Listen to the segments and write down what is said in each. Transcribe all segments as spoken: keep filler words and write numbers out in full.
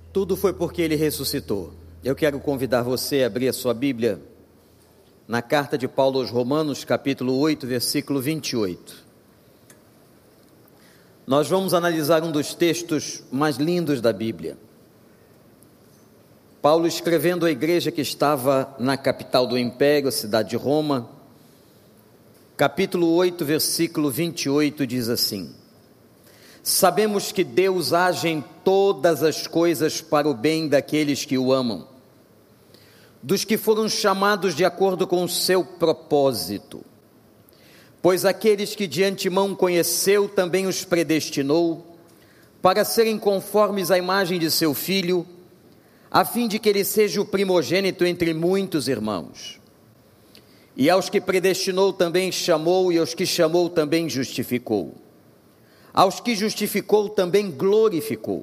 Tudo foi porque Ele ressuscitou. Eu quero convidar você a abrir a sua Bíblia na carta de Paulo aos Romanos, capítulo oito, versículo vinte e oito. Nós vamos analisar um dos textos mais lindos da Bíblia. Paulo escrevendo à igreja que estava na capital do império, a cidade de Roma, capítulo oito, versículo vinte e oito, diz assim: sabemos que Deus age em todas as coisas para o bem daqueles que o amam, dos que foram chamados de acordo com o seu propósito. Pois aqueles que de antemão conheceu, também os predestinou, para serem conformes à imagem de seu Filho, a fim de que ele seja o primogênito entre muitos irmãos. E aos que predestinou também chamou, e aos que chamou também justificou. Aos que justificou também glorificou.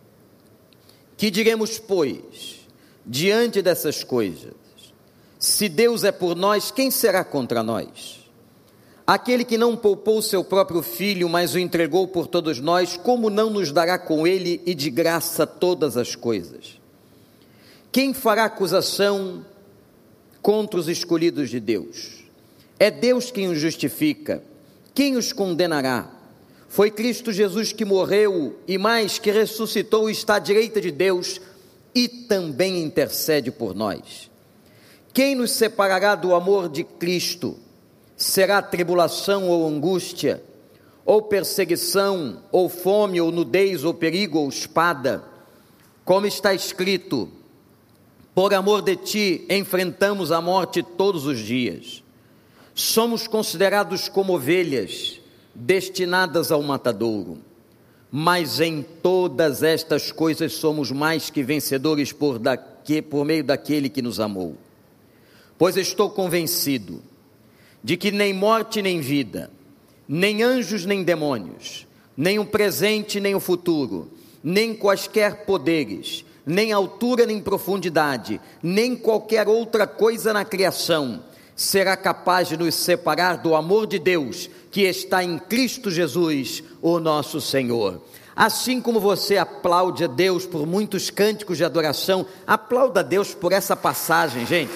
Que diremos, pois, diante dessas coisas? Se Deus é por nós, quem será contra nós? Aquele que não poupou seu próprio Filho, mas o entregou por todos nós, como não nos dará com ele e de graça todas as coisas? Quem fará acusação contra os escolhidos de Deus? É Deus quem os justifica. Quem os condenará? Foi Cristo Jesus que morreu e mais, que ressuscitou e está à direita de Deus e também intercede por nós. Quem nos separará do amor de Cristo? Será tribulação ou angústia, ou perseguição, ou fome, ou nudez, ou perigo, ou espada? Como está escrito: por amor de ti enfrentamos a morte todos os dias. Somos considerados como ovelhas destinadas ao matadouro, mas em todas estas coisas somos mais que vencedores por, daqui, por meio daquele que nos amou. Pois estou convencido de que nem morte nem vida, nem anjos nem demônios, nem o presente nem o futuro, nem quaisquer poderes, nem altura nem profundidade, nem qualquer outra coisa na criação será capaz de nos separar do amor de Deus que está em Cristo Jesus, o nosso Senhor. Assim como você aplaude a Deus por muitos cânticos de adoração, aplauda a Deus por essa passagem, gente.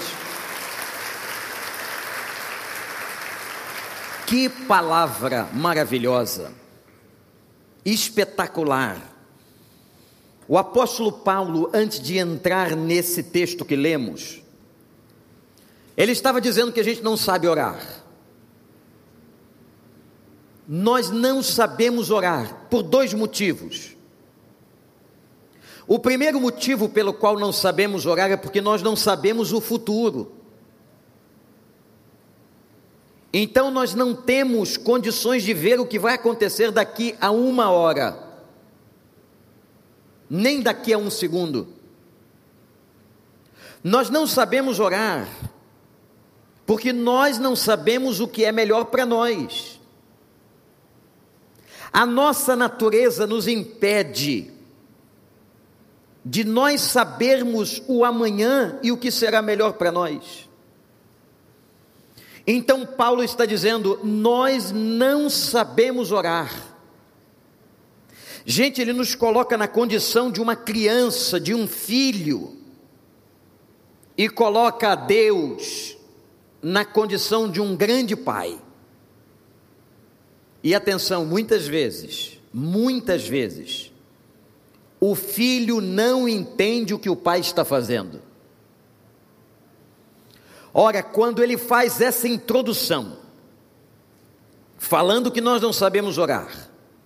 Que palavra maravilhosa, espetacular. O apóstolo Paulo, antes de entrar nesse texto que lemos, ele estava dizendo que a gente não sabe orar. Nós não sabemos orar por dois motivos. O primeiro motivo pelo qual não sabemos orar é porque nós não sabemos o futuro. Então nós não temos condições de ver o que vai acontecer daqui a uma hora, nem daqui a um segundo. Nós não sabemos orar porque nós não sabemos o que é melhor para nós. A nossa natureza nos impede de nós sabermos o amanhã e o que será melhor para nós. Então Paulo está dizendo: nós não sabemos orar. Gente, ele nos coloca na condição de uma criança, de um filho, e coloca a Deus na condição de um grande pai. E atenção, muitas vezes, muitas vezes, o filho não entende o que o pai está fazendo. Ora, quando ele faz essa introdução, falando que nós não sabemos orar,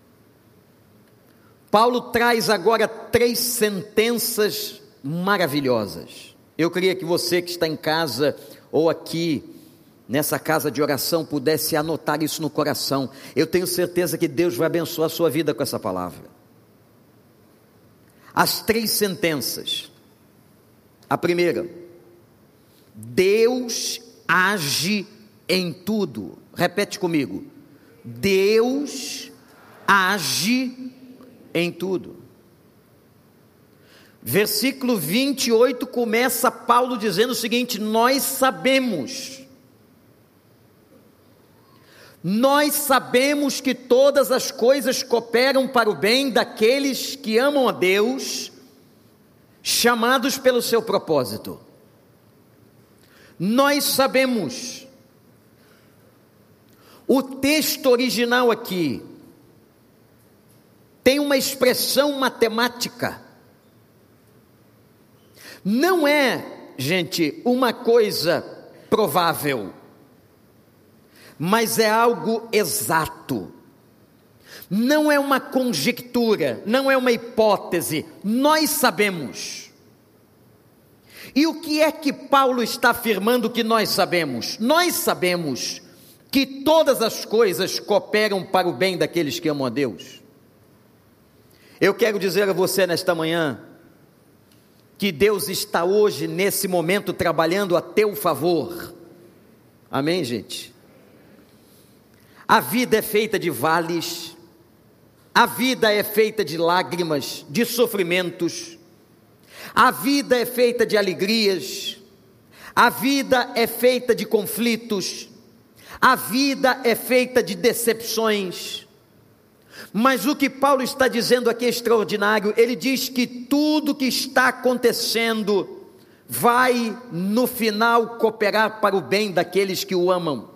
Paulo traz agora três sentenças maravilhosas. Eu queria que você que está em casa ou aqui nessa casa de oração pudesse anotar isso no coração. Eu tenho certeza que Deus vai abençoar a sua vida com essa palavra. As três sentenças. A primeira: Deus age em tudo. Repete comigo: Deus age em tudo. Versículo vinte e oito começa Paulo dizendo o seguinte: nós sabemos, nós sabemos que todas as coisas cooperam para o bem daqueles que amam a Deus, chamados pelo seu propósito. Nós sabemos, o texto original aqui tem uma expressão matemática. Não é, gente, uma coisa provável, mas é algo exato. Não é uma conjectura, não é uma hipótese, nós sabemos. E o que é que Paulo está afirmando que nós sabemos? Nós sabemos que todas as coisas cooperam para o bem daqueles que amam a Deus. Eu quero dizer a você nesta manhã, que Deus está hoje, nesse momento, trabalhando a teu favor. Amém, gente? A vida é feita de vales, a vida é feita de lágrimas, de sofrimentos, a vida é feita de alegrias, a vida é feita de conflitos, a vida é feita de decepções. Mas o que Paulo está dizendo aqui é extraordinário. Ele diz que tudo que está acontecendo vai no final cooperar para o bem daqueles que o amam.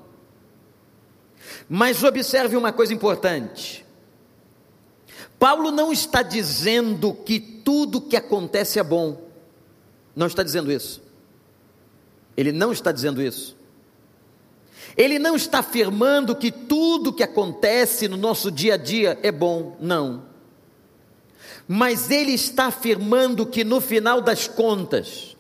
Mas observe uma coisa importante. Paulo não está dizendo que tudo que acontece é bom. Não está dizendo isso. Ele não está dizendo isso. Ele não está afirmando que tudo que acontece no nosso dia a dia é bom, não. Mas ele está afirmando que no final das contas,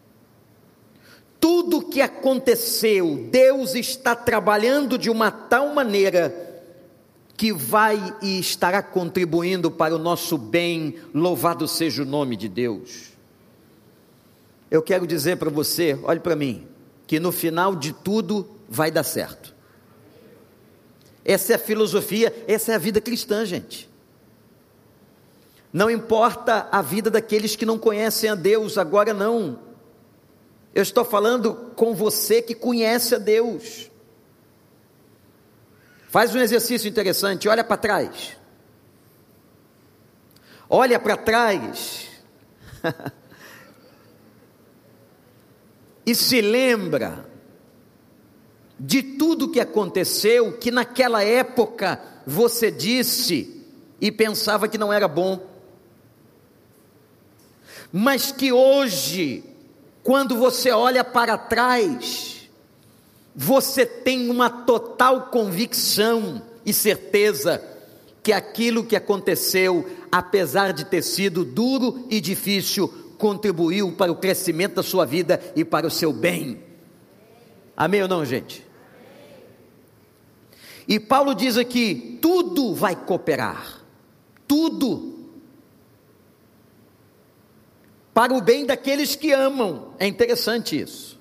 tudo que aconteceu, Deus está trabalhando de uma tal maneira que vai e estará contribuindo para o nosso bem. Louvado seja o nome de Deus. Eu quero dizer para você, olhe para mim, que no final de tudo vai dar certo. Essa é a filosofia, essa é a vida cristã, gente. Não importa a vida daqueles que não conhecem a Deus, agora não. Eu estou falando com você que conhece a Deus. Faz um exercício interessante, olha para trás. Olha para trás. E se lembra de tudo que aconteceu, que naquela época você disse e pensava que não era bom, mas que hoje, quando você olha para trás, você tem uma total convicção e certeza que aquilo que aconteceu, apesar de ter sido duro e difícil, contribuiu para o crescimento da sua vida e para o seu bem. Amém ou não, gente? E Paulo diz aqui, tudo vai cooperar, tudo, para o bem daqueles que amam. É interessante isso.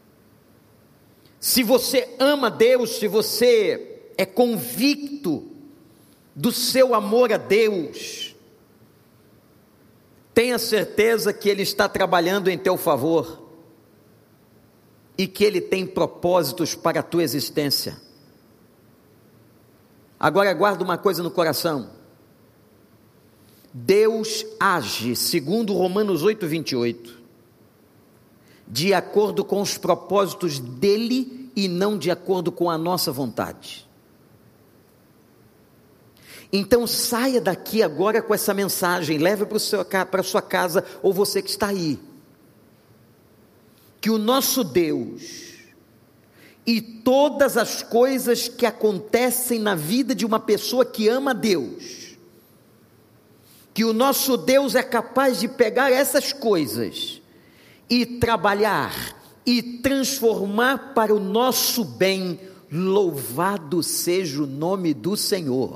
Se você ama Deus, se você é convicto do seu amor a Deus, tenha certeza que Ele está trabalhando em teu favor, e que Ele tem propósitos para a tua existência. Agora guarda uma coisa no coração, Deus age, segundo Romanos oito, vinte e oito, de acordo com os propósitos dEle, e não de acordo com a nossa vontade. Então saia daqui agora com essa mensagem, leve para a sua casa, ou você que está aí, que o nosso Deus, e todas as coisas que acontecem na vida de uma pessoa que ama a Deus, que o nosso Deus é capaz de pegar essas coisas e trabalhar e transformar para o nosso bem. Louvado seja o nome do Senhor.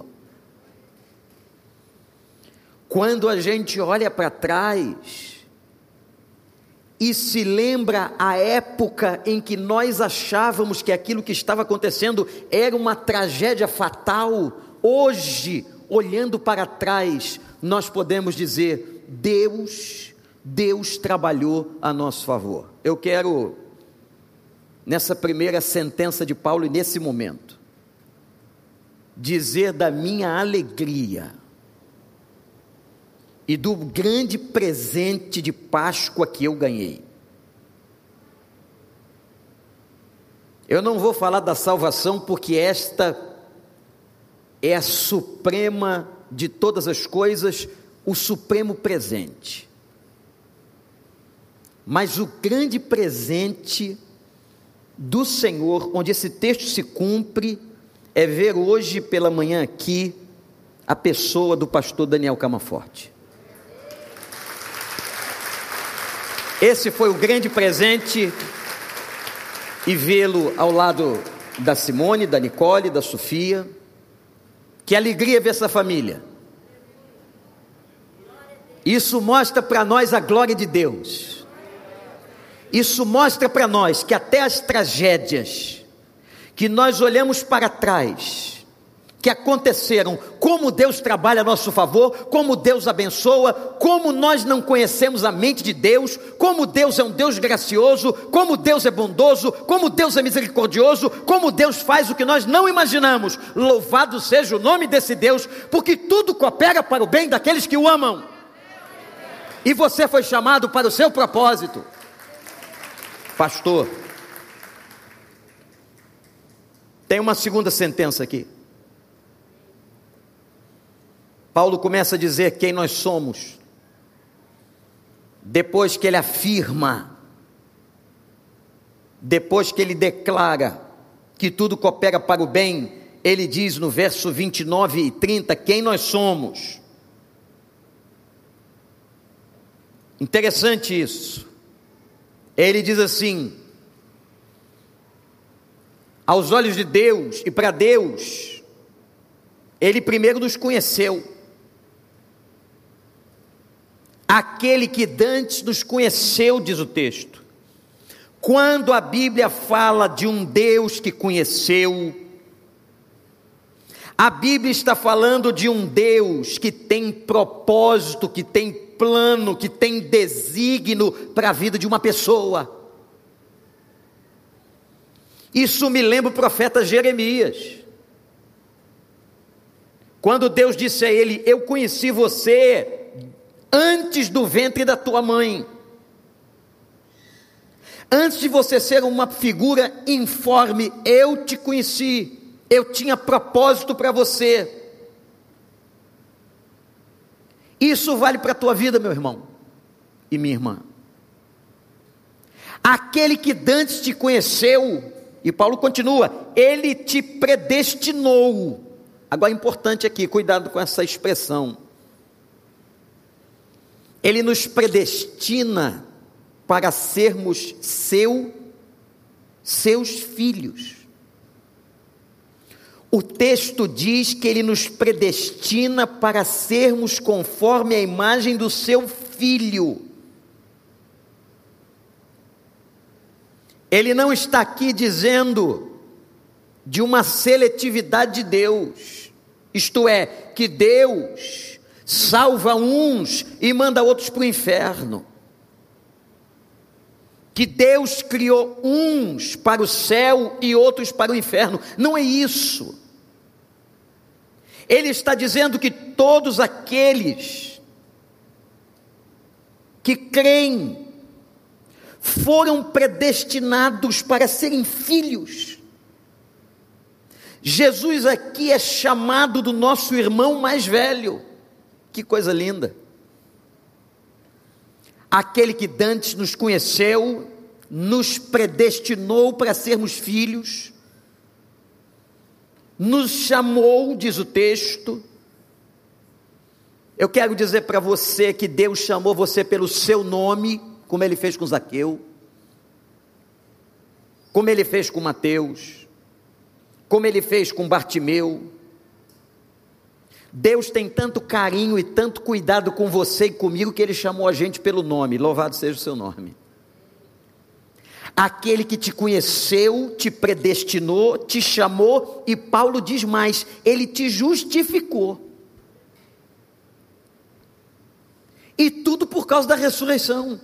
Quando a gente olha para trás e se lembra a época em que nós achávamos que aquilo que estava acontecendo era uma tragédia fatal, hoje, olhando para trás, nós podemos dizer, Deus, Deus trabalhou a nosso favor. Eu quero, nessa primeira sentença de Paulo, e nesse momento, dizer da minha alegria, e do grande presente de Páscoa que eu ganhei. Eu não vou falar da salvação, porque esta é a suprema de todas as coisas, o supremo presente. Mas o grande presente do Senhor, onde esse texto se cumpre, é ver hoje pela manhã aqui a pessoa do pastor Daniel Camaforte. Esse foi o grande presente, e vê-lo ao lado da Simone, da Nicole, da Sofia. Que alegria ver essa família. Isso mostra para nós a glória de Deus. Isso mostra para nós que até as tragédias que nós olhamos para trás, que aconteceram, como Deus trabalha a nosso favor, como Deus abençoa, como nós não conhecemos a mente de Deus, como Deus é um Deus gracioso, como Deus é bondoso, como Deus é misericordioso, como Deus faz o que nós não imaginamos. Louvado seja o nome desse Deus, porque tudo coopera para o bem daqueles que o amam, e você foi chamado para o seu propósito. Pastor, tem uma segunda sentença aqui. Paulo começa a dizer quem nós somos, depois que ele afirma, depois que ele declara que tudo coopera para o bem, ele diz no verso vinte e nove e trinta, quem nós somos. Interessante isso. Ele diz assim: aos olhos de Deus e para Deus, Ele primeiro nos conheceu. Aquele que dantes nos conheceu, diz o texto. Quando a Bíblia fala de um Deus que conheceu, a Bíblia está falando de um Deus que tem propósito, que tem plano, que tem desígnio para a vida de uma pessoa. Isso me lembra o profeta Jeremias, quando Deus disse a ele: eu conheci você antes do ventre da tua mãe, antes de você ser uma figura informe, eu te conheci, eu tinha propósito para você. Isso vale para a tua vida, meu irmão e minha irmã. Aquele que dantes te conheceu, e Paulo continua, ele te predestinou. Agora é importante aqui, cuidado com essa expressão. Ele nos predestina para sermos seu, seus filhos. O texto diz que ele nos predestina para sermos conforme a imagem do seu filho. Ele não está aqui dizendo de uma seletividade de Deus, isto é, que Deus salva uns e manda outros para o inferno, que Deus criou uns para o céu e outros para o inferno. Não é isso. Ele está dizendo que todos aqueles que creem foram predestinados para serem filhos. Jesus aqui é chamado do nosso irmão mais velho. Que coisa linda. Aquele que dantes nos conheceu, nos predestinou para sermos filhos, nos chamou, diz o texto. Eu quero dizer para você que Deus chamou você pelo seu nome, como Ele fez com Zaqueu, como Ele fez com Mateus, como Ele fez com Bartimeu. Deus tem tanto carinho e tanto cuidado com você e comigo, que Ele chamou a gente pelo nome. Louvado seja o seu nome. Aquele que te conheceu, te predestinou, te chamou, e Paulo diz mais, Ele te justificou. E tudo por causa da ressurreição.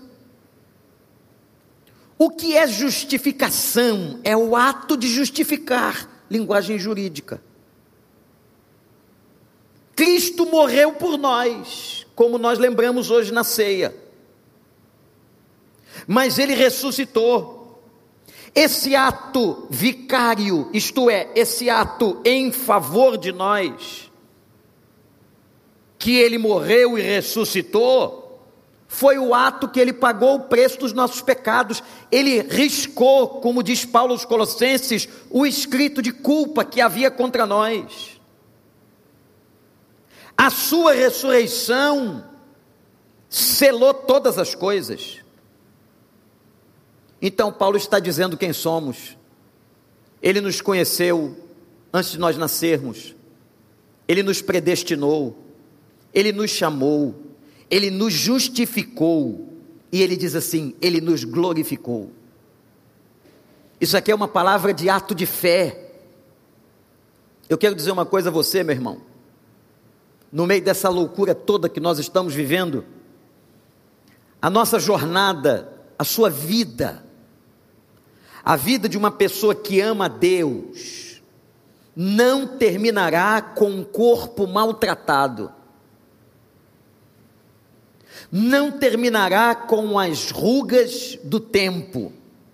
O que é justificação? É o ato de justificar, linguagem jurídica. Cristo morreu por nós, como nós lembramos hoje na ceia. Mas Ele ressuscitou. Esse ato vicário, isto é, esse ato em favor de nós, que Ele morreu e ressuscitou, foi o ato que Ele pagou o preço dos nossos pecados. Ele riscou, como diz Paulo aos Colossenses, o escrito de culpa que havia contra nós. A sua ressurreição selou todas as coisas. Então Paulo está dizendo quem somos. Ele nos conheceu antes de nós nascermos. Ele nos predestinou. Ele nos chamou. Ele nos justificou, e Ele diz assim, Ele nos glorificou. Isso aqui é uma palavra de ato de fé. Eu quero dizer uma coisa a você, meu irmão, no meio dessa loucura toda que nós estamos vivendo, a nossa jornada, a sua vida, a vida de uma pessoa que ama a Deus, não terminará com um corpo maltratado, não terminará com as rugas do tempo.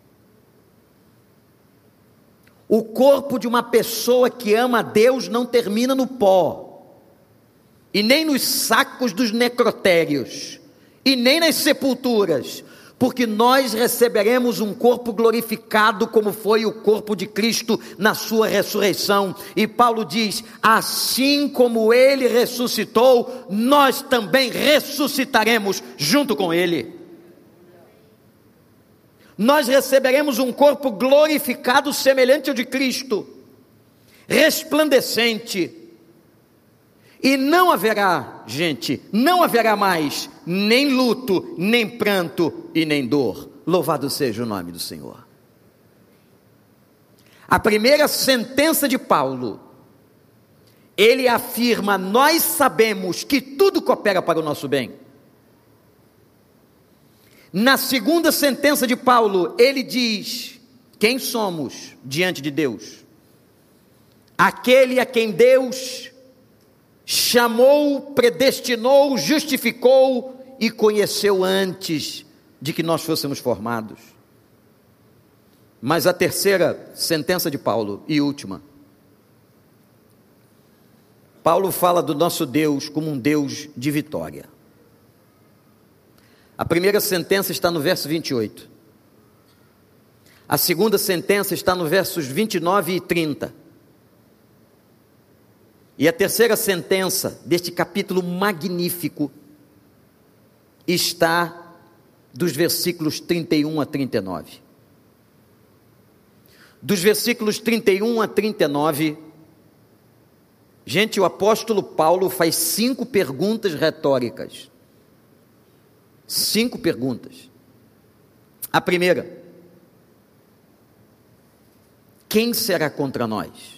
O corpo de uma pessoa que ama a Deus não termina no pó, e nem nos sacos dos necrotérios, e nem nas sepulturas, porque nós receberemos um corpo glorificado, como foi o corpo de Cristo na sua ressurreição. E Paulo diz, assim como Ele ressuscitou, nós também ressuscitaremos junto com Ele. Nós receberemos um corpo glorificado semelhante ao de Cristo, resplandecente, e não haverá, gente, não haverá mais nem luto, nem pranto e nem dor. Louvado seja o nome do Senhor. A primeira sentença de Paulo, ele afirma, nós sabemos que tudo coopera para o nosso bem. Na segunda sentença de Paulo, ele diz, quem somos diante de Deus? Aquele a quem Deus chamou, predestinou, justificou e conheceu antes de que nós fôssemos formados. Mas a terceira sentença de Paulo, e última, Paulo fala do nosso Deus como um Deus de vitória. A primeira sentença está no verso vinte e oito. A segunda sentença está no versos vinte e nove e trinta. E a terceira sentença deste capítulo magnífico está dos versículos trinta e um a trinta e nove. Dos versículos trinta e um a trinta e nove, gente, o apóstolo Paulo faz cinco perguntas retóricas. Cinco perguntas. A primeira: quem será contra nós?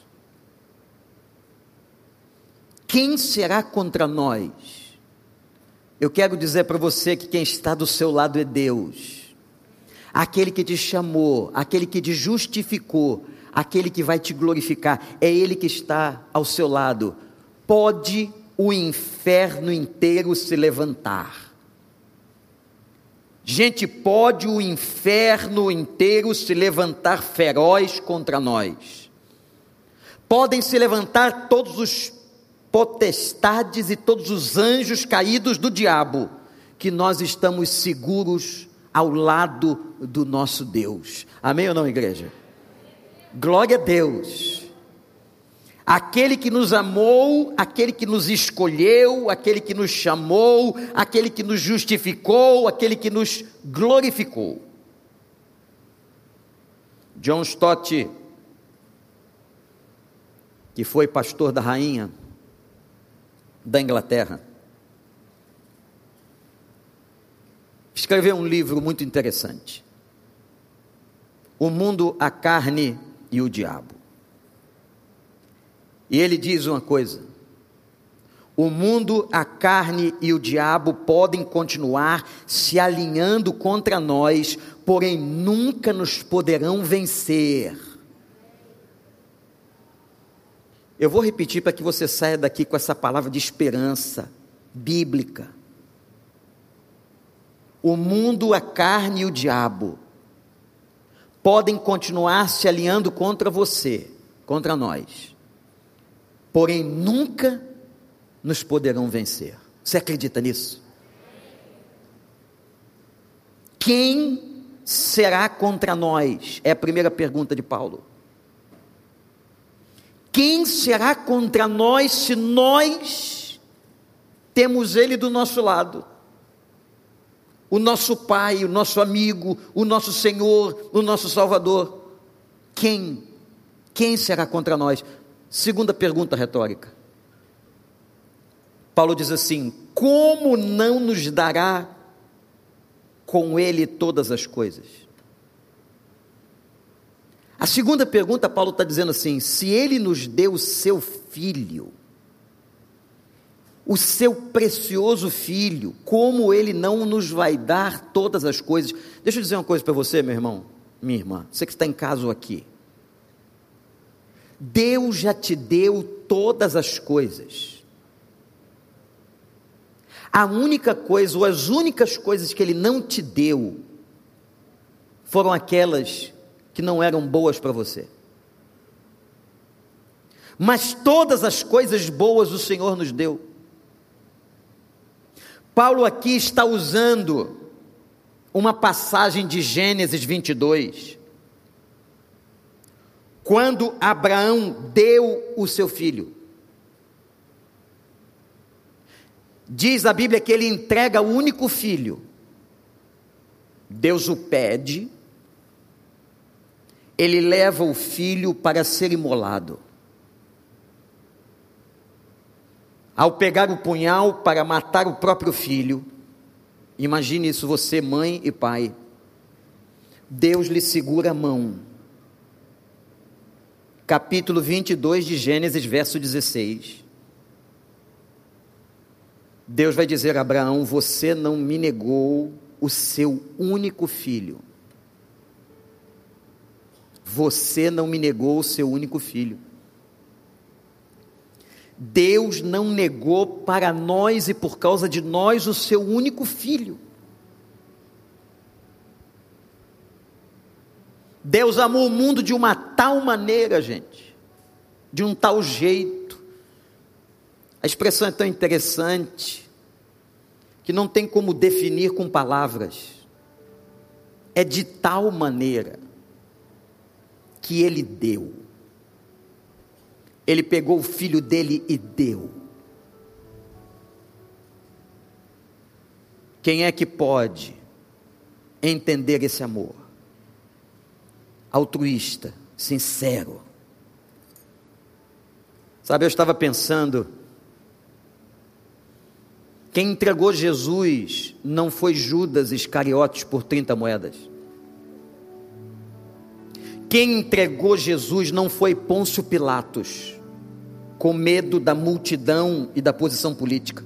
Quem será contra nós? Eu quero dizer para você que quem está do seu lado é Deus, aquele que te chamou, aquele que te justificou, aquele que vai te glorificar, é Ele que está ao seu lado. Pode o inferno inteiro se levantar, gente, pode o inferno inteiro se levantar feroz contra nós, podem se levantar todos os potestades e todos os anjos caídos do diabo, que nós estamos seguros ao lado do nosso Deus. Amém ou não, igreja? Glória a Deus. Aquele que nos amou, aquele que nos escolheu, aquele que nos chamou, aquele que nos justificou, aquele que nos glorificou. John Stott, que foi pastor da rainha da Inglaterra, escreveu um livro muito interessante, O Mundo, a Carne e o Diabo. E ele diz uma coisa: o mundo, a carne e o diabo podem continuar se alinhando contra nós, porém nunca nos poderão vencer. Eu vou repetir para que você saia daqui com essa palavra de esperança bíblica. O mundo, a carne e o diabo podem continuar se alinhando contra você, contra nós, porém nunca nos poderão vencer. Você acredita nisso? Quem será contra nós? É a primeira pergunta de Paulo. Quem será contra nós se nós temos Ele do nosso lado? O nosso Pai, o nosso amigo, o nosso Senhor, o nosso Salvador. Quem? Quem será contra nós? Segunda pergunta retórica. Paulo diz assim: como não nos dará com Ele todas as coisas? A segunda pergunta, Paulo está dizendo assim: se Ele nos deu o seu Filho, o seu precioso Filho, como Ele não nos vai dar todas as coisas? Deixa eu dizer uma coisa para você, meu irmão, minha irmã, você que está em casa ou aqui. Deus já te deu todas as coisas. A única coisa, ou as únicas coisas que Ele não te deu, foram aquelas que não eram boas para você. Mas todas as coisas boas o Senhor nos deu. Paulo aqui está usando uma passagem de Gênesis vinte e dois, quando Abraão deu o seu filho. Diz a Bíblia que ele entrega o único filho. Deus o pede, ele leva o filho para ser imolado. Ao pegar o punhal para matar o próprio filho, imagine isso, você, mãe e pai, Deus lhe segura a mão. Capítulo vinte e dois de Gênesis, verso dezesseis. Deus vai dizer a Abraão: você não me negou o seu único filho. Você não me negou o seu único filho. Deus não negou para nós e por causa de nós o seu único filho. Deus amou o mundo de uma tal maneira, gente, de um tal jeito. A expressão é tão interessante que não tem como definir com palavras. É de tal maneira que Ele deu. Ele pegou o filho dele e deu. Quem é que pode entender esse amor? Altruísta, sincero. Sabe, eu estava pensando, quem entregou Jesus não foi Judas Iscariotes por trinta moedas. Quem entregou Jesus não foi Pôncio Pilatos, com medo da multidão e da posição política.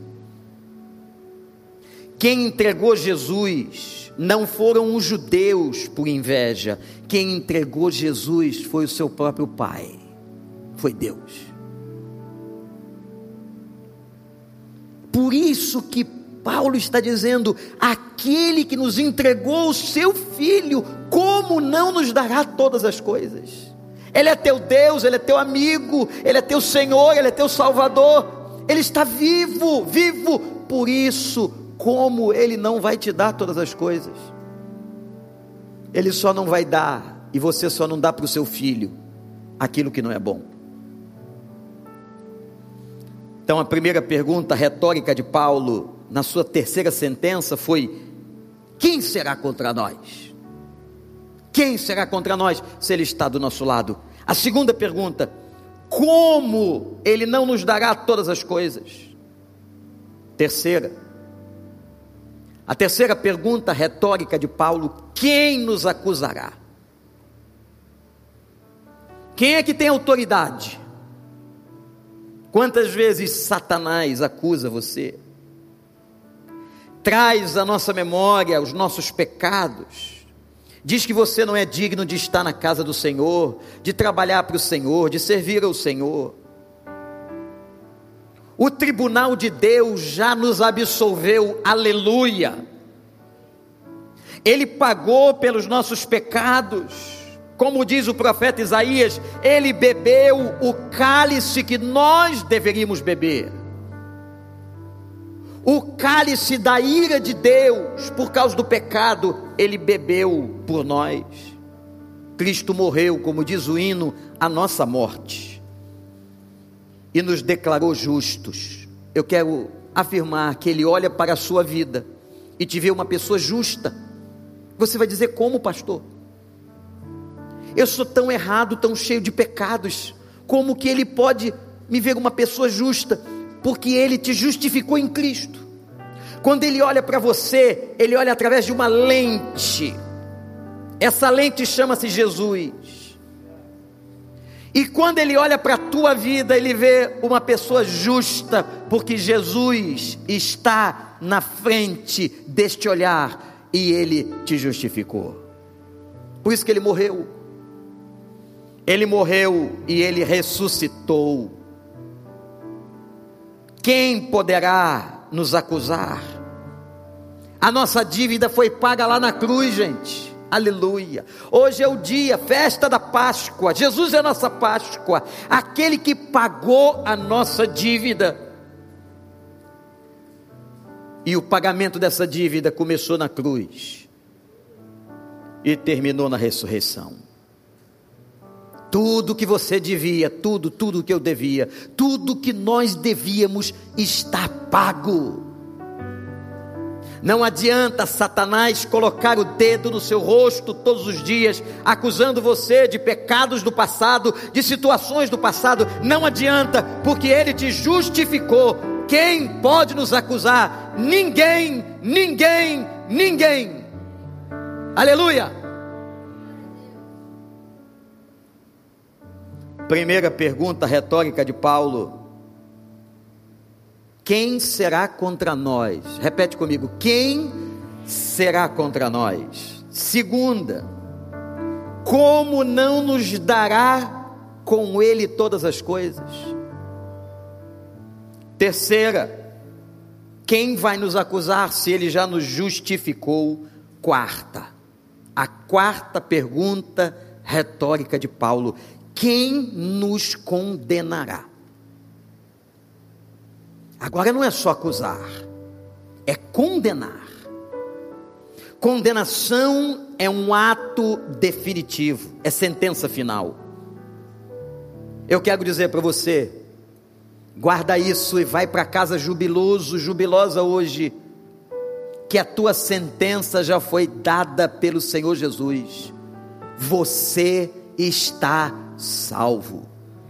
Quem entregou Jesus não foram os judeus por inveja. Quem entregou Jesus foi o seu próprio Pai, foi Deus. Por isso que Paulo está dizendo: aquele que nos entregou o seu Filho, como não nos dará todas as coisas? Ele é teu Deus, Ele é teu amigo, Ele é teu Senhor, Ele é teu Salvador, Ele está vivo, vivo. Por isso, como Ele não vai te dar todas as coisas? Ele só não vai dar, e você só não dá para o seu filho aquilo que não é bom. Então a primeira pergunta retórica de Paulo, na sua terceira sentença, foi: quem será contra nós? Quem será contra nós se Ele está do nosso lado? A segunda pergunta: como Ele não nos dará todas as coisas? Terceira, a terceira pergunta retórica de Paulo: quem nos acusará? Quem é que tem autoridade? Quantas vezes Satanás acusa você? Traz à nossa memória os nossos pecados, diz que você não é digno de estar na casa do Senhor, de trabalhar para o Senhor, de servir ao Senhor. O tribunal de Deus já nos absolveu, aleluia. Ele pagou pelos nossos pecados, como diz o profeta Isaías, ele bebeu o cálice que nós deveríamos beber, o cálice da ira de Deus, por causa do pecado, ele bebeu por nós. Cristo morreu, como diz o hino, a nossa morte, e nos declarou justos. Eu quero afirmar que ele olha para a sua vida e te vê uma pessoa justa. Você vai dizer: como, pastor? Eu sou tão errado, tão cheio de pecados, como que ele pode me ver uma pessoa justa? Porque ele te justificou em Cristo. Quando ele olha para você, ele olha através de uma lente. Essa lente chama-se Jesus. E quando ele olha para a tua vida, ele vê uma pessoa justa, porque Jesus está na frente deste olhar e ele te justificou. Por isso que ele morreu. Ele morreu e ele ressuscitou. Quem poderá nos acusar? A nossa dívida foi paga lá na cruz, gente. Aleluia. Hoje é o dia, festa da Páscoa. Jesus é a nossa Páscoa, aquele que pagou a nossa dívida. E o pagamento dessa dívida começou na cruz e terminou na ressurreição. Tudo que você devia, tudo, tudo que eu devia, tudo que nós devíamos está pago. Não adianta Satanás colocar o dedo no seu rosto todos os dias, acusando você de pecados do passado, de situações do passado. Não adianta, porque ele te justificou. Quem pode nos acusar? Ninguém, ninguém, ninguém. Aleluia. Primeira pergunta retórica de Paulo: quem será contra nós? Repete comigo: quem será contra nós? Segunda: como não nos dará com ele todas as coisas? Terceira: quem vai nos acusar se ele já nos justificou? Quarta, a quarta pergunta retórica de Paulo: quem nos condenará? Agora não é só acusar, é condenar. Condenação é um ato definitivo, é sentença final. Eu quero dizer para você, guarda isso e vai para casa jubiloso, jubilosa hoje, que a tua sentença já foi dada pelo Senhor Jesus. Você está salvo.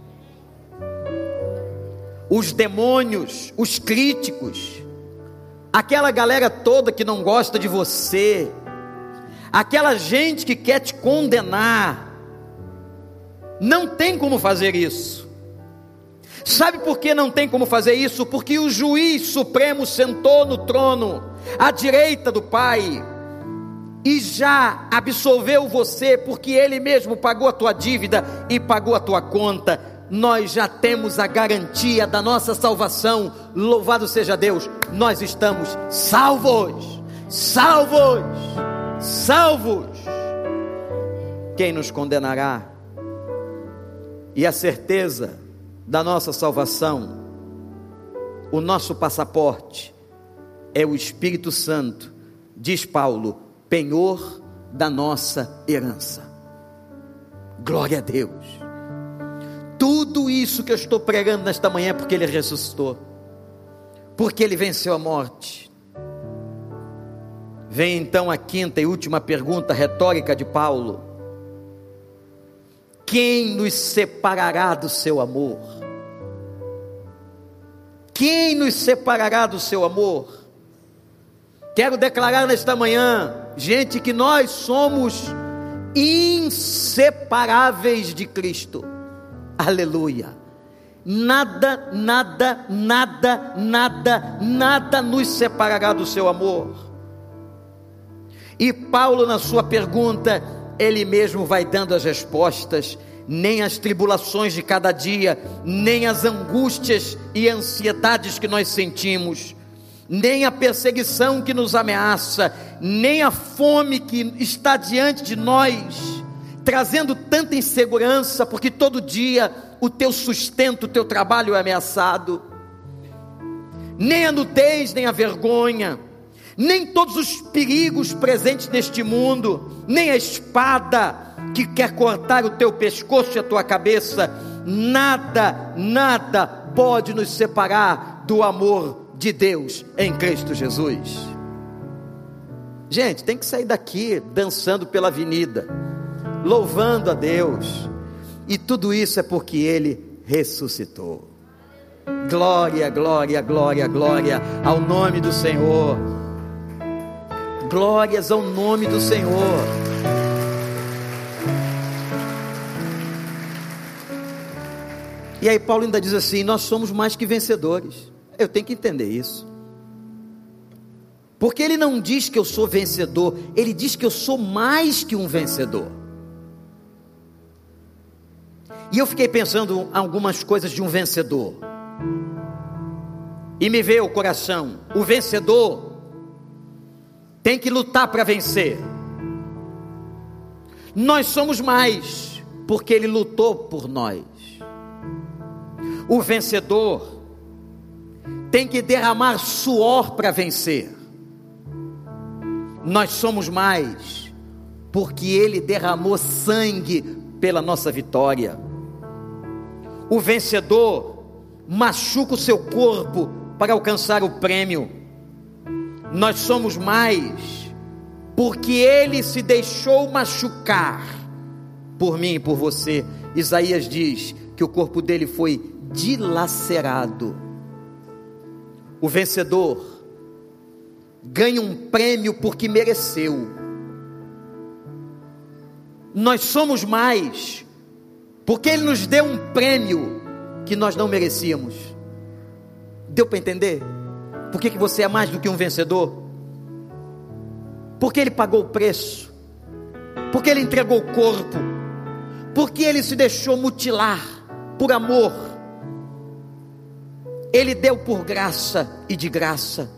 Os demônios, os críticos, aquela galera toda que não gosta de você, aquela gente que quer te condenar, não tem como fazer isso. Sabe por que não tem como fazer isso? Porque o juiz supremo sentou no trono, à direita do Pai, e já absolveu você, porque ele mesmo pagou a tua dívida e pagou a tua conta. Nós já temos a garantia da nossa salvação. Louvado seja Deus, nós estamos salvos, salvos, salvos. Quem nos condenará? E a certeza da nossa salvação, o nosso passaporte é o Espírito Santo, diz Paulo, penhor da nossa herança. Glória a Deus. Tudo isso que eu estou pregando nesta manhã é porque ele ressuscitou, porque ele venceu a morte. Vem então a quinta e última pergunta retórica de Paulo: quem nos separará do seu amor? Quem nos separará do seu amor? Quero declarar nesta manhã, gente, que nós somos inseparáveis de Cristo. Aleluia. Nada, nada, nada, nada, nada nos separará do seu amor. E Paulo, na sua pergunta, ele mesmo vai dando as respostas. nem as tribulações de cada dia, nem as angústias e ansiedades que nós sentimos, nem a perseguição que nos ameaça, nem a fome que está diante de nós, trazendo tanta insegurança, porque todo dia o teu sustento, o teu trabalho é ameaçado, nem a nudez, nem a vergonha, nem todos os perigos presentes neste mundo, nem a espada que quer cortar o teu pescoço e a tua cabeça, nada, nada pode nos separar do amor de Deus em Cristo Jesus. Gente, tem que sair daqui dançando pela avenida, louvando a Deus, e tudo isso é porque Ele ressuscitou. Glória, glória, glória, glória ao nome do Senhor. Glórias ao nome do Senhor. E aí Paulo ainda diz assim: nós somos mais que vencedores. Eu tenho que entender isso, porque ele não diz que eu sou vencedor, ele diz que eu sou mais que um vencedor. E eu fiquei pensando algumas coisas de um vencedor, e me veio o coração: o vencedor tem que lutar para vencer. Nós somos mais, porque Ele lutou por nós. O vencedor tem que derramar suor para vencer. Nós somos mais, porque Ele derramou sangue pela nossa vitória. O vencedor machuca o seu corpo para alcançar o prêmio. Nós somos mais, porque Ele se deixou machucar por mim e por você. Isaías diz que o corpo dele foi dilacerado. O vencedor ganha um prêmio porque mereceu. Nós somos mais, porque Ele nos deu um prêmio que nós não merecíamos. Deu para entender? Por que que você é mais do que um vencedor? Porque Ele pagou o preço, porque Ele entregou o corpo, porque Ele se deixou mutilar por amor. Ele deu por graça e de graça.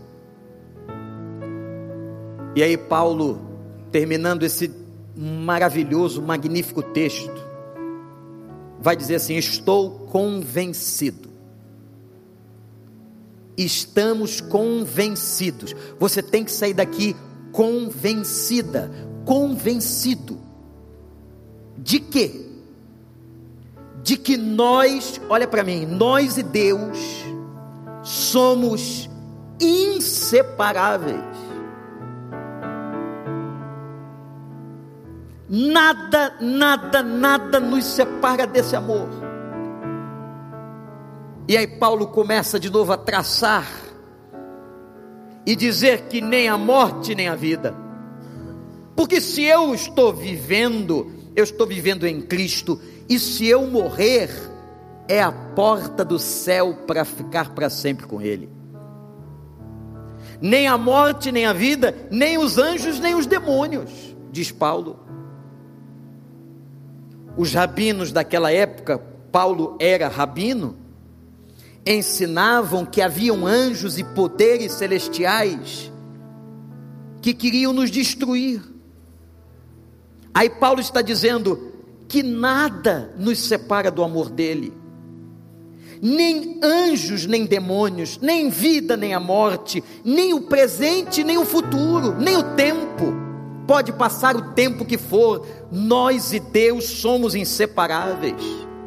E aí Paulo, terminando esse maravilhoso, magnífico texto, vai dizer assim: estou convencido. Estamos convencidos. Você tem que sair daqui convencida, convencido. De quê? De que nós, olha para mim, nós e Deus somos inseparáveis. Nada, nada, nada nos separa desse amor. E aí Paulo começa de novo a traçar e dizer que nem a morte nem a vida, porque se eu estou vivendo, eu estou vivendo em Cristo, e se eu morrer, é a porta do céu para ficar para sempre com Ele. Nem a morte nem a vida, nem os anjos nem os demônios, diz Paulo. Os rabinos daquela época, Paulo era rabino, ensinavam que haviam anjos e poderes celestiais que queriam nos destruir. Aí Paulo está dizendo que nada nos separa do amor dele, nem anjos, nem demônios, nem vida, nem a morte, nem o presente, nem o futuro, nem o tempo. Pode passar o tempo que for, nós e Deus somos inseparáveis.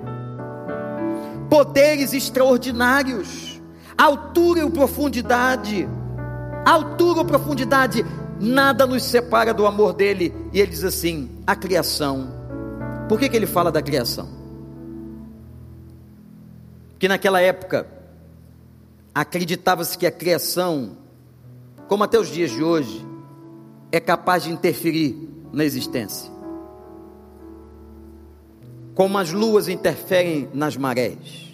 Poderes extraordinários, altura e profundidade, altura ou profundidade, nada nos separa do amor dele. E ele diz assim: a criação. Por que que ele fala da criação? Porque naquela época acreditava-se que a criação, como até os dias de hoje, é capaz de interferir na existência, como as luas interferem nas marés.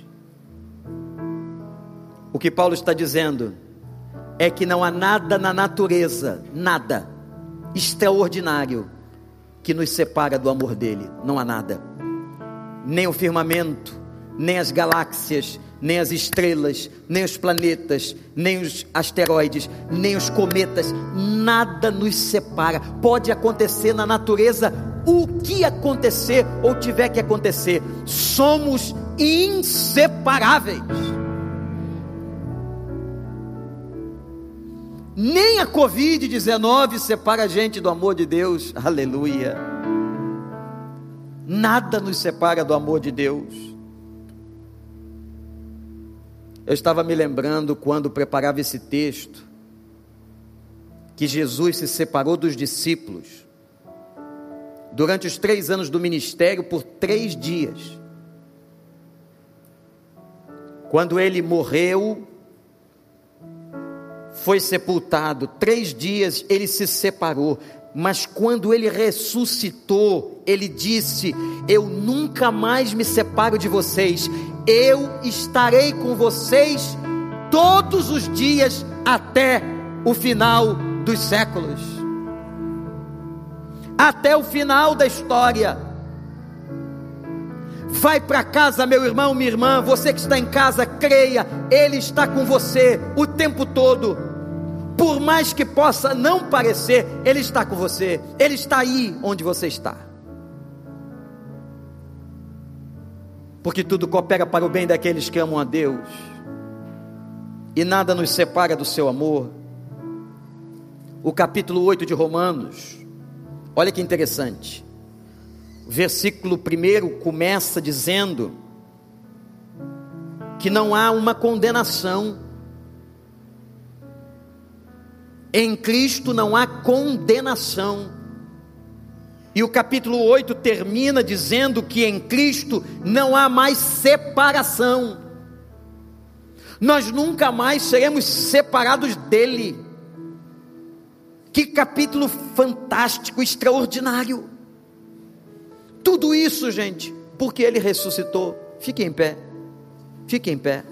O que Paulo está dizendo é que não há nada na natureza, nada extraordinário que nos separa do amor dele. Não há nada, nem o firmamento, nem as galáxias, nem as estrelas, nem os planetas, nem os asteroides, nem os cometas, nada nos separa. Pode acontecer na natureza o que acontecer ou tiver que acontecer, somos inseparáveis. Nem a covid dezenove separa a gente do amor de Deus. Aleluia. Nada nos separa do amor de Deus. Eu estava me lembrando, quando preparava esse texto, que Jesus se separou dos discípulos durante os três anos do ministério por três dias. Quando ele morreu, foi sepultado, três dias ele se separou, mas quando ele ressuscitou, ele disse: eu nunca mais me separo de vocês, eu estarei com vocês todos os dias até o final dos séculos, até o final da história. Vai para casa, meu irmão, minha irmã, você que está em casa, creia, Ele está com você o tempo todo. Por mais que possa não parecer, Ele está com você, Ele está aí onde você está, porque tudo coopera para o bem daqueles que amam a Deus, e nada nos separa do seu amor. O capítulo oito de Romanos, olha que interessante, o versículo primeiro começa dizendo que não há uma condenação. Em Cristo não há condenação. E o capítulo oito termina dizendo que em Cristo não há mais separação. Nós nunca mais seremos separados dele. Que capítulo fantástico, extraordinário. Tudo isso, gente, porque ele ressuscitou. Fique em pé, fique em pé.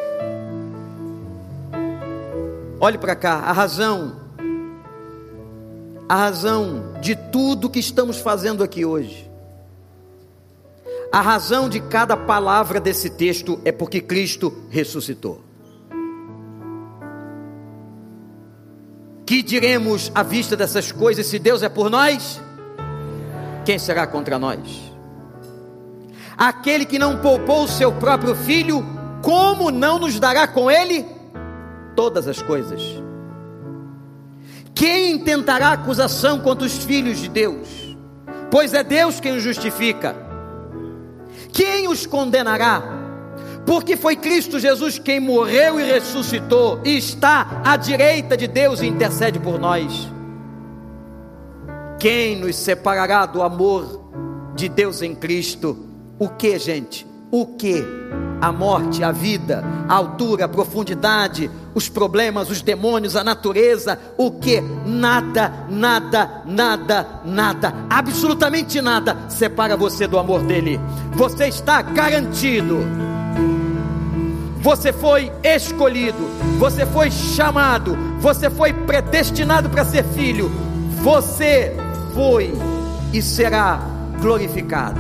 Olhe para cá, a razão, a razão de tudo que estamos fazendo aqui hoje, a razão de cada palavra desse texto é porque Cristo ressuscitou. Que diremos à vista dessas coisas? Se Deus é por nós, quem será contra nós? Aquele que não poupou o seu próprio filho, como não nos dará com ele todas as coisas? Quem intentará acusação contra os filhos de Deus? Pois é Deus quem os justifica. Quem os condenará? Porque foi Cristo Jesus quem morreu e ressuscitou, e está à direita de Deus e intercede por nós. Quem nos separará do amor de Deus em Cristo? O que, gente? O que? A morte, a vida, a altura, a profundidade, os problemas, os demônios, a natureza, o que? Nada, nada, nada, nada, absolutamente nada separa você do amor dele. Você está garantido. Você foi escolhido, você foi chamado, você foi predestinado para ser filho, você foi e será glorificado.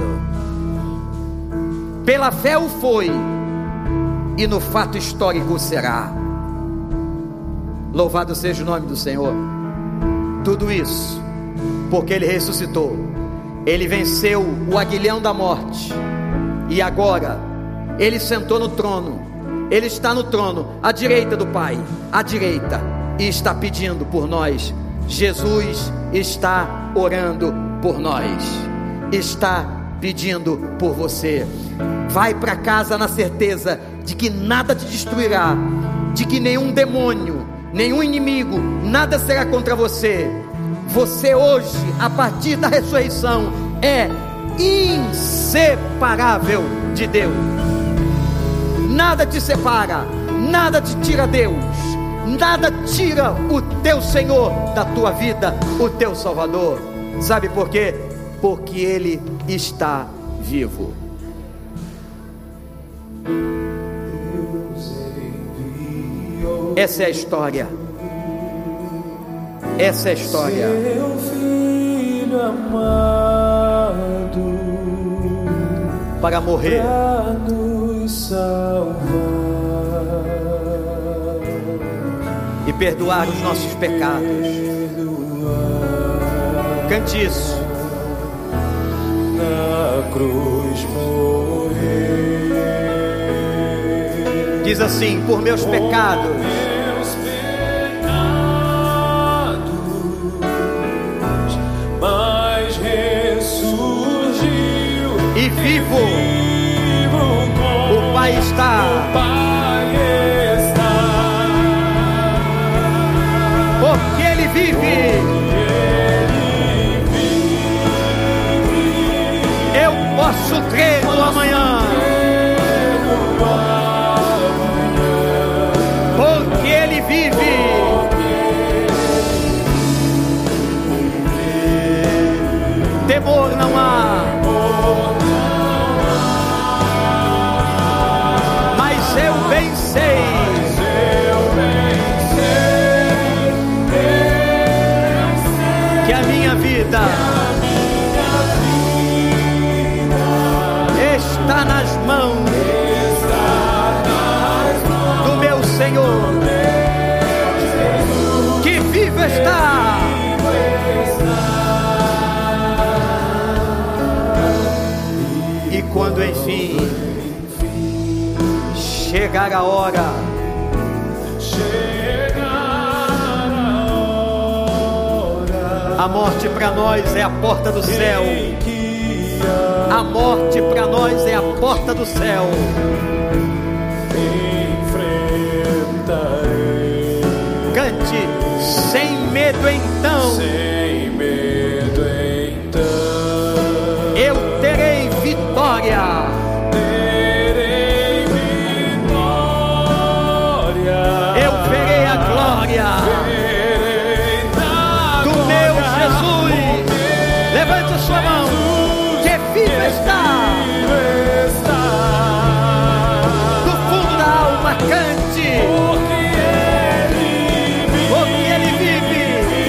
Pela fé o foi, e no fato histórico será. Louvado seja o nome do Senhor. Tudo isso porque ele ressuscitou, ele venceu o aguilhão da morte, e agora ele sentou no trono. Ele está no trono, à direita do Pai, à direita, e está pedindo por nós. Jesus está orando por nós, está pedindo por você. Vai para casa na certeza de que nada te destruirá, de que nenhum demônio, nenhum inimigo, nada será contra você. Você hoje, a partir da ressurreição, é inseparável de Deus. Nada te separa, nada te tira Deus, nada tira o teu Senhor da tua vida, o teu Salvador. Sabe por quê? Porque Ele está vivo. Essa é a história. Essa é a história. Seu filho amado, para morrer, pra nos salvar e perdoar os nossos pecados. Cante isso. Na cruz morrer. Diz assim: por meus pecados, Meus pecados, mas ressurgiu e vivo, vivo com o Pai está, o Pai está, porque Ele vive. Eu posso crer no amanhã, porque Ele vive. Temor não há, mas eu bem sei que a minha vida está nas mãos do meu Senhor, que vivo está. E quando enfim chegar a hora, a morte para nós é a porta do céu. A morte para nós é a porta do céu. Enfrentarei Cante sem medo então. sem medo, então Eu terei vitória. terei vitória. Eu verei a glória Verei na do glória meu Jesus. Levante a sua mão, que vivo está. vivo está. Do fundo da alma cante, Porque Ele porque Ele vive.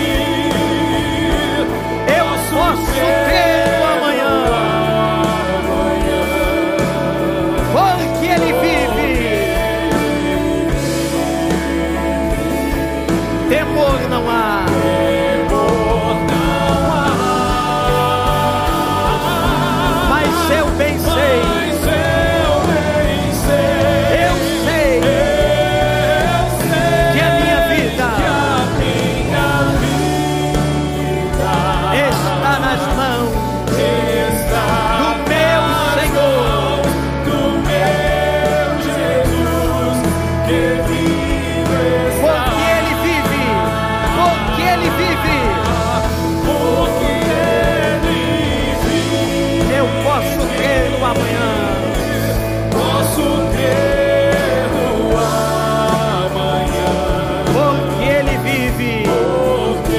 Eu posso crer no amanhã, porque Ele vive. Temor não há, mas eu bem sei, Mas eu bem sei, eu sei eu sei que a minha vida que a minha vida está nas mãos está do meu Senhor, do meu Jesus, que vive está. porque Ele vive, porque Ele vive. Porque Ele vive, Eu posso crer no amanhã, posso crer no amanhã. porque Ele vive. Porque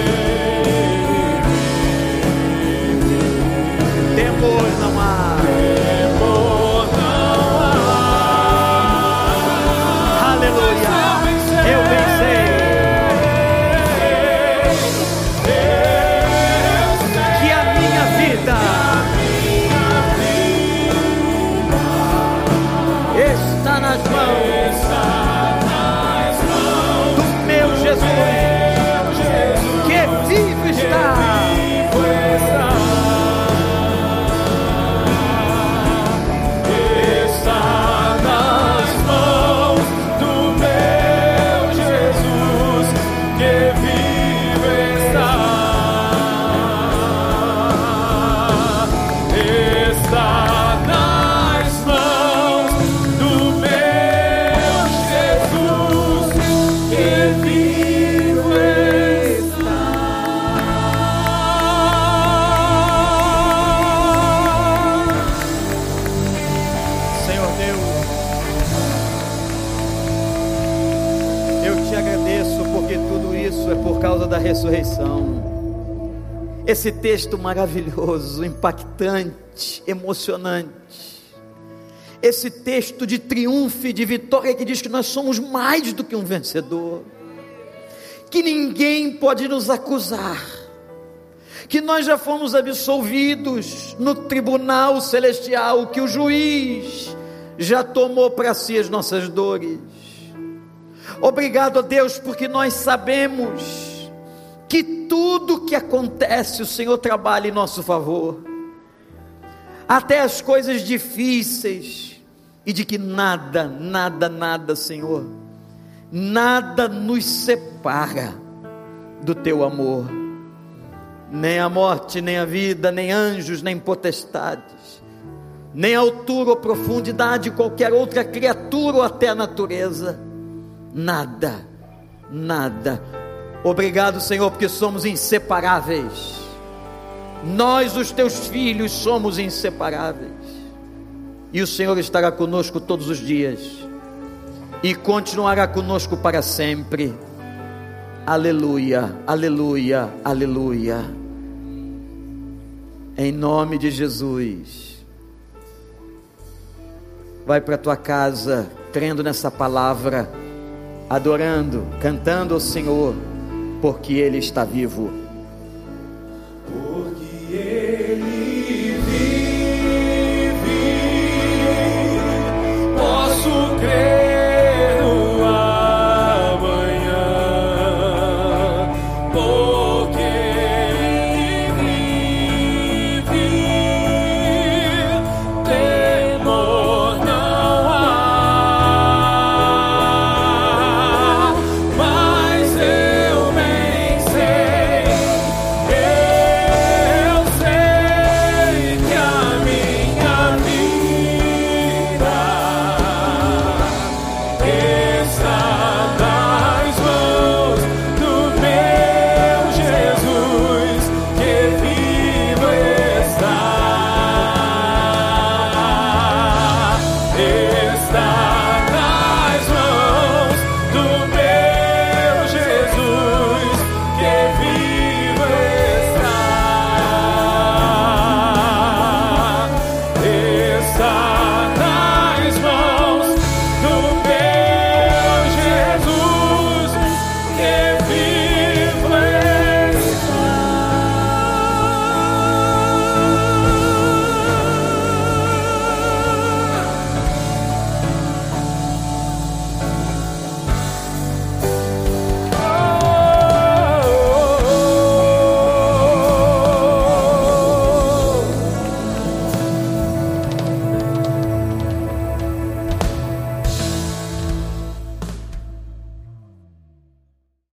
Temor não há, temor não há. aleluia. Eu bem sei que a minha vida está nas mãos do meu Jesus, que vivo está. Está nas mãos do meu Jesus, que vive está. Está nas mãos do meu Jesus, que vivo está. Senhor Deus, eu te agradeço porque tudo isso é por causa da ressurreição. Esse texto maravilhoso, impactante, emocionante. Esse texto de triunfo e de vitória que diz que nós somos mais do que um vencedor. Que ninguém pode nos acusar. que nós já fomos absolvidos no tribunal celestial, que o juiz já tomou para si as nossas dores. Obrigado a Deus, porque nós sabemos que tudo que acontece, o Senhor trabalha em nosso favor, até as coisas difíceis, e de que nada, nada, nada, Senhor, nada nos separa do Teu amor, nem a morte, nem a vida, nem anjos, nem potestades, nem altura ou profundidade, qualquer outra criatura ou até a natureza, nada, nada. Obrigado, Senhor, porque somos inseparáveis. Nós, os Teus filhos, somos inseparáveis, e o Senhor estará conosco todos os dias, e continuará conosco para sempre. Aleluia, aleluia, aleluia. Em nome de Jesus. Vai para a tua casa, crendo nessa palavra, adorando, cantando ao Senhor, porque Ele está vivo.